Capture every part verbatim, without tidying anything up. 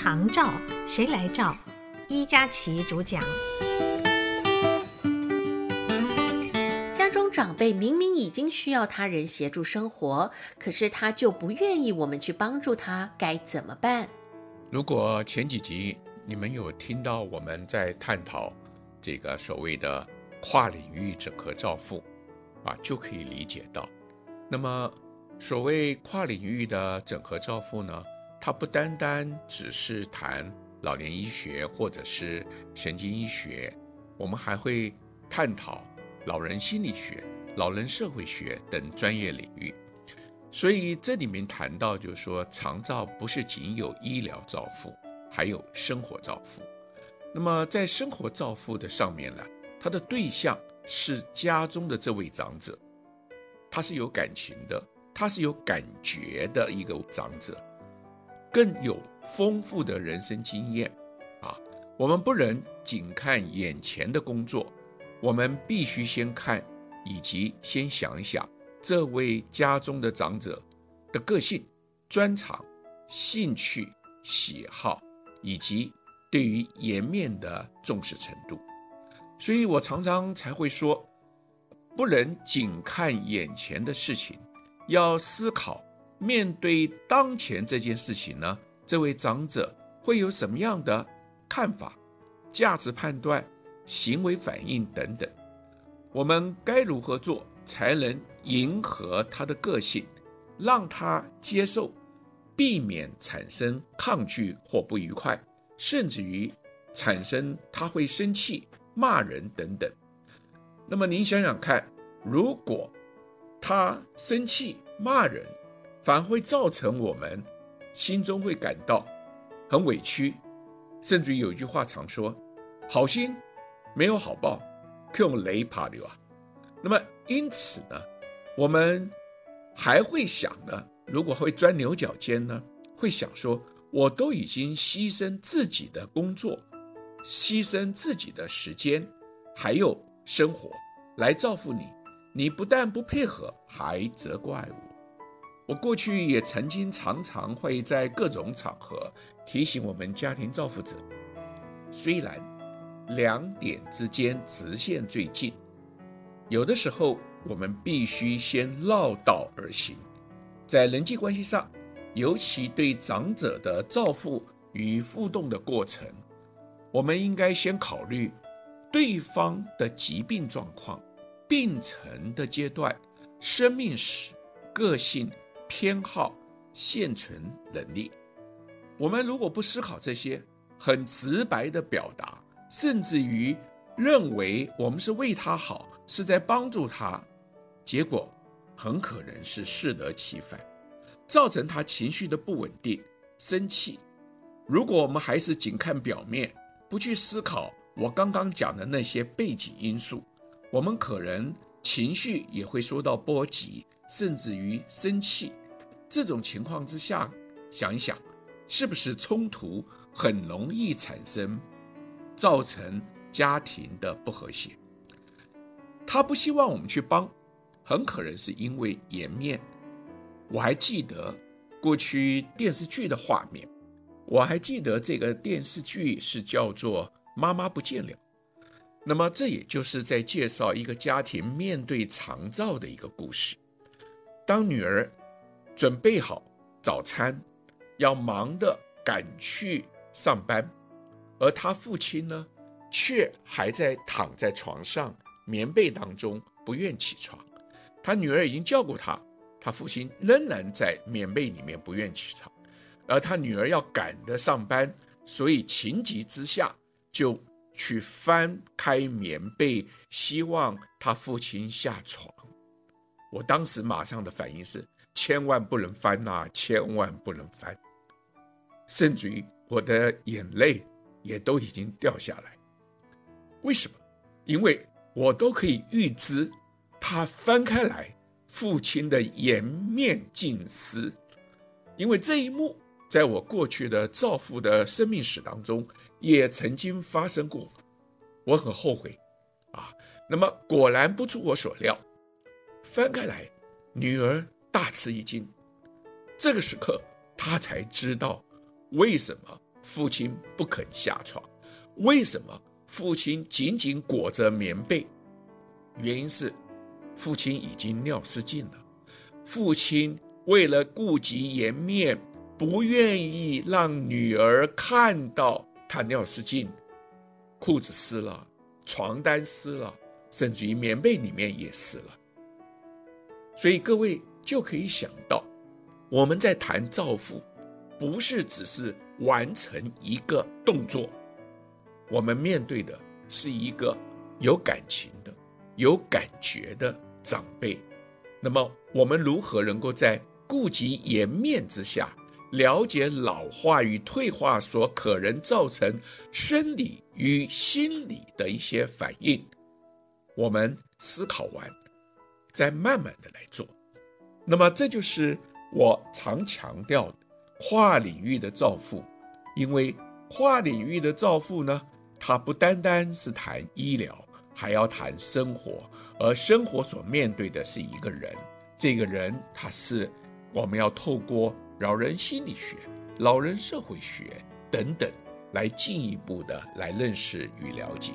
长照谁来照？伊佳琪主讲。 家中长辈明明已经需要他人协助生活，可是他就不愿意我们去帮助他，该怎么办？ 如果前几集你们有听到我们在探讨这个所谓的跨领域整合照护啊，就可以理解到，那么所谓跨领域的整合照护呢，它不单单只是谈老年医学或者是神经医学，我们还会探讨老人心理学、老人社会学等专业领域。所以这里面谈到就是说，长照不是仅有医疗照护，还有生活照护。那么在生活照护的上面呢，它的对象是家中的这位长者，他是有感情的，他是有感觉的一个长者，更有丰富的人生经验啊。我们不能仅看眼前的工作，我们必须先看以及先想一想这位家中的长者的个性、专长、兴趣、喜好以及对于颜面的重视程度。所以我常常才会说，不能仅看眼前的事情，要思考面对当前这件事情呢，这位长者会有什么样的看法、价值判断、行为反应等等，我们该如何做才能迎合他的个性，让他接受，避免产生抗拒或不愉快，甚至于产生他会生气、骂人等等。那么您想想看，如果他生气骂人，反而会造成我们心中会感到很委屈，甚至于有一句话常说，好心没有好报，用雷打流啊。那么因此呢，我们还会想呢，如果会钻牛角尖呢，会想说，我都已经牺牲自己的工作，牺牲自己的时间，还有生活来照顾你，你不但不配合，还责怪我。我过去也曾经常常会在各种场合提醒我们家庭照顾者，虽然两点之间直线最近，有的时候我们必须先绕道而行。在人际关系上，尤其对长者的照顾与互动的过程，我们应该先考虑对方的疾病状况、病程的阶段、生命史、个性、偏好、现存能力。我们如果不思考这些，很直白的表达，甚至于认为我们是为他好，是在帮助他，结果很可能是适得其反，造成他情绪的不稳定、生气。如果我们还是仅看表面，不去思考我刚刚讲的那些背景因素，我们可能情绪也会受到波及，甚至于生气。这种情况之下，想一想，是不是冲突很容易产生，造成家庭的不和谐？他不希望我们去帮，很可能是因为颜面。我还记得过去电视剧的画面，我还记得这个电视剧是叫做《妈妈不见了》。那么这也就是在介绍一个家庭面对长照的一个故事。当女儿准备好早餐，要忙的赶去上班，而她父亲呢，却还在躺在床上棉被当中不愿起床。他女儿已经叫过他，他父亲仍然在棉被里面不愿起床，而他女儿要赶着上班，所以情急之下就去翻开棉被，希望他父亲下床。我当时马上的反应是，千万不能翻啊，千万不能翻，甚至于我的眼泪也都已经掉下来。为什么？因为我都可以预知他翻开来父亲的颜面尽失。因为这一幕在我过去的照父的生命史当中也曾经发生过，我很后悔啊。那么果然不出我所料，翻开来女儿大吃一惊。这个时刻她才知道为什么父亲不肯下床。为什么父亲紧紧裹着棉被？原因是父亲已经尿失禁了，父亲为了顾及颜面，不愿意让女儿看到他尿失禁，裤子湿了，床单湿了，甚至于棉被里面也湿了。所以各位就可以想到，我们在谈照父，不是只是完成一个动作，我们面对的是一个有感情的、有感觉的长辈。那么我们如何能够在顾及颜面之下，了解老化与退化所可能造成生理与心理的一些反应？我们思考完，再慢慢的来做。那么这就是我常强调的跨领域的照护。因为跨领域的照护呢，它不单单是谈医疗，还要谈生活，而生活所面对的是一个人，这个人他是我们要透过老人心理学、老人社会学等等来进一步的来认识与了解。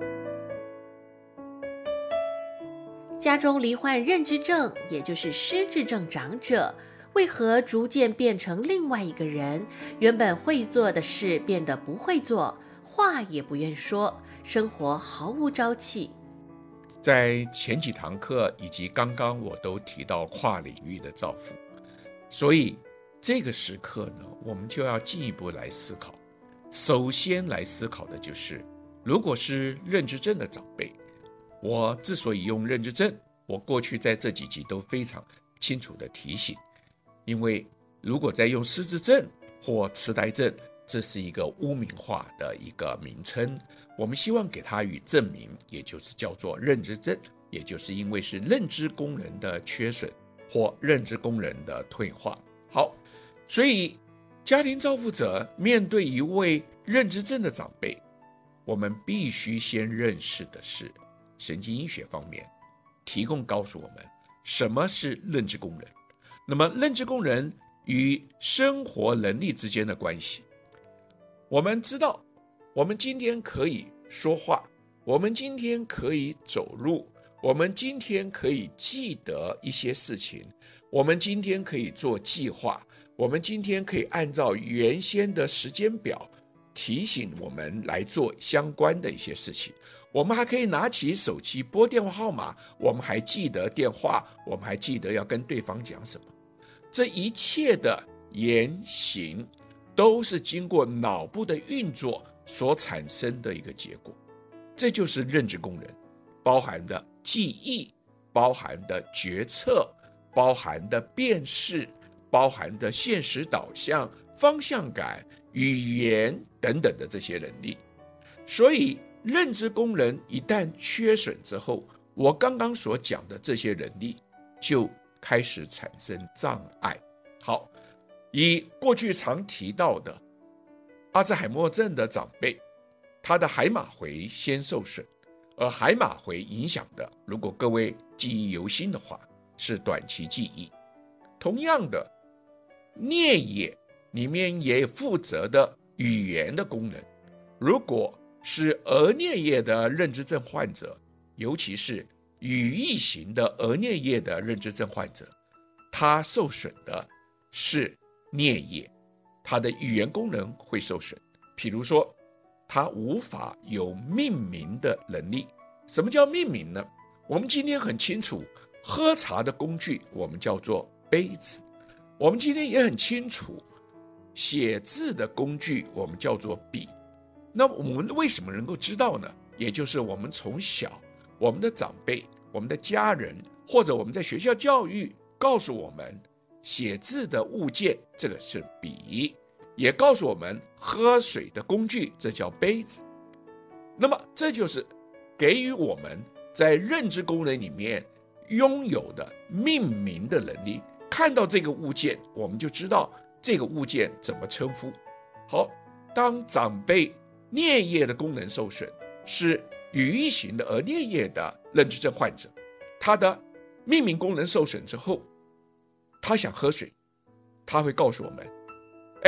家中罹患认知症，也就是失智症长者，为何逐渐变成另外一个人？原本会做的事变得不会做，话也不愿说，生活毫无朝气。 在前几堂课以及刚刚我都提到跨领域的照护，所以这个时刻呢，我们就要进一步来思考。首先来思考的就是，如果是认知症的长辈，我之所以用认知症，我过去在这几集都非常清楚的提醒，因为如果在用失智症或痴呆症，这是一个污名化的一个名称，我们希望给它予正名，也就是叫做认知症，也就是因为是认知功能的缺损或认知功能的退化。好，所以家庭照护者面对一位认知症的长辈，我们必须先认识的是神经医学方面提供告诉我们什么是认知功能。那么认知功能与生活能力之间的关系，我们知道我们今天可以说话，我们今天可以走路，我们今天可以记得一些事情，我们今天可以做计划，我们今天可以按照原先的时间表提醒我们来做相关的一些事情，我们还可以拿起手机拨电话号码，我们还记得电话，我们还记得要跟对方讲什么。这一切的言行都是经过脑部的运作所产生的一个结果，这就是认知功能，包含的记忆，包含的决策，包含的辨识，包含的现实导向、方向感、语言等等的这些能力。所以认知功能一旦缺损之后，我刚刚所讲的这些能力就开始产生障碍。好，以过去常提到的阿兹海默症的长辈，他的海马回先受损，而海马回影响的，如果各位记忆犹新的话，是短期记忆。同样的，颞叶里面也负责的语言的功能，如果是额颞叶的认知症患者，尤其是语义型的额颞叶的认知症患者，他受损的是颞叶，他的语言功能会受损。譬如说，他无法有命名的能力。什么叫命名呢？我们今天很清楚，喝茶的工具我们叫做杯子，我们今天也很清楚，写字的工具我们叫做笔。那我们为什么能够知道呢？也就是我们从小，我们的长辈、我们的家人，或者我们在学校教育告诉我们，写字的物件这个是笔，也告诉我们喝水的工具这叫杯子。那么这就是给予我们在认知功能里面拥有的命名的能力。看到这个物件，我们就知道这个物件怎么称呼。好，当长辈颞叶的功能受损，是语义型的额颞叶的认知症患者，他的命名功能受损之后，他想喝水，他会告诉我们，哎，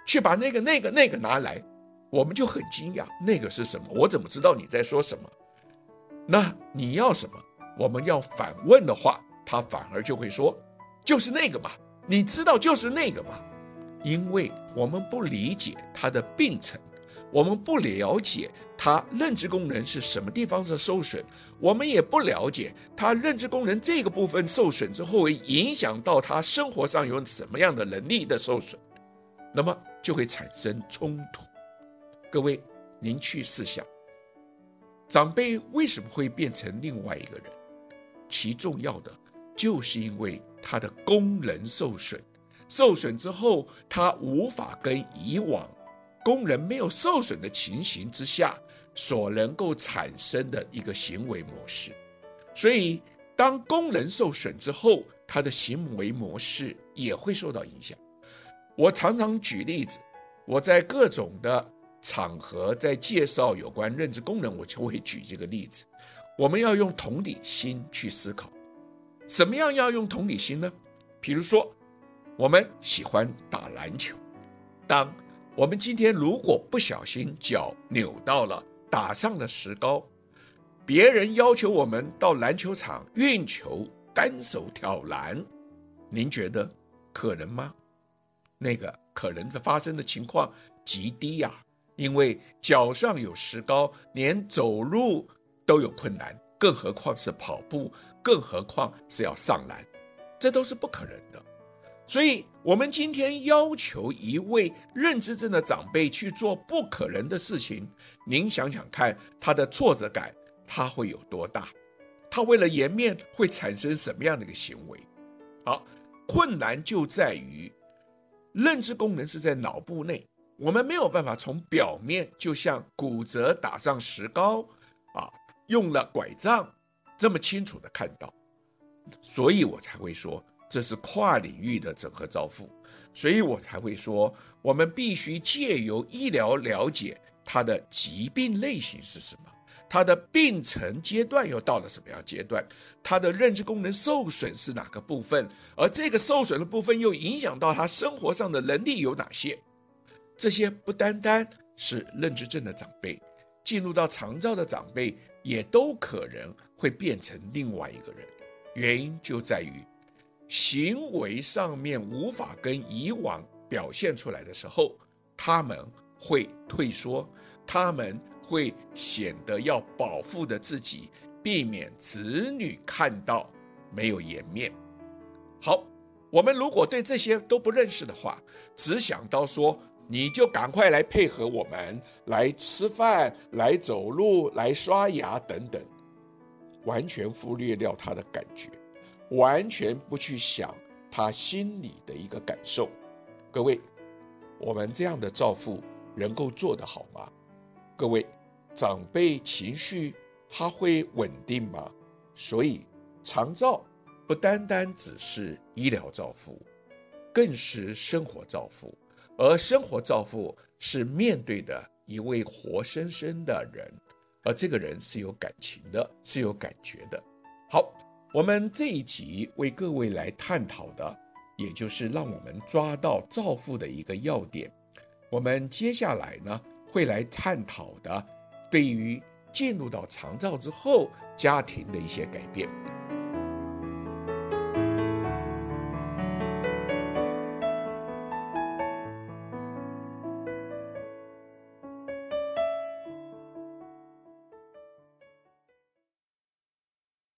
去把那个那个那个拿来，我们就很惊讶，那个是什么？我怎么知道你在说什么？那你要什么？我们要反问的话，他反而就会说，就是那个嘛，你知道就是那个嘛。因为我们不理解他的病程，我们不了解他认知功能是什么地方的受损，我们也不了解他认知功能这个部分受损之后会影响到他生活上有什么样的能力的受损，那么就会产生冲突。各位，您去试想，长辈为什么会变成另外一个人？其重要的就是因为他的功能受损，受损之后，他无法跟以往功能没有受损的情形之下所能够产生的一个行为模式。所以当功能受损之后，他的行为模式也会受到影响。我常常举例子，我在各种的场合在介绍有关认知功能，我就会举这个例子。我们要用同理心去思考，什么样要用同理心呢？比如说我们喜欢打篮球，当我们今天如果不小心脚扭到了，打上了石膏，别人要求我们到篮球场运球单手挑篮，您觉得可能吗？那个可能的发生的情况极低啊，因为脚上有石膏，连走路都有困难，更何况是跑步，更何况是要上篮，这都是不可能的。所以我们今天要求一位认知症的长辈去做不可能的事情，您想想看，他的挫折感他会有多大？他为了颜面会产生什么样的一个行为？好，困难就在于认知功能是在脑部内，我们没有办法从表面就像骨折打上石膏啊，用了拐杖这么清楚的看到，所以我才会说这是跨领域的整合照护，所以我才会说我们必须借由医疗了解它的疾病类型是什么，它的病程阶段又到了什么样阶段，它的认知功能受损是哪个部分，而这个受损的部分又影响到他生活上的能力有哪些。这些不单单是认知症的长辈，进入到长照的长辈也都可能会变成另外一个人。原因就在于行为上面无法跟以往表现出来的时候，他们会退缩，他们会显得要保护的自己，避免子女看到没有颜面。好，我们如果对这些都不认识的话，只想到说你就赶快来配合我们，来吃饭，来走路，来刷牙等等，完全忽略掉他的感觉，完全不去想他心里的一个感受。各位，我们这样的照护能够做得好吗？各位，长辈情绪他会稳定吗？所以长照不单单只是医疗照护，更是生活照护，而生活照护是面对的一位活生生的人，而这个人是有感情的，是有感觉的。好，我们这一集为各位来探讨的，也就是让我们抓到照护的一个要点。我们接下来呢，会来探讨的对于进入到长照之后家庭的一些改变。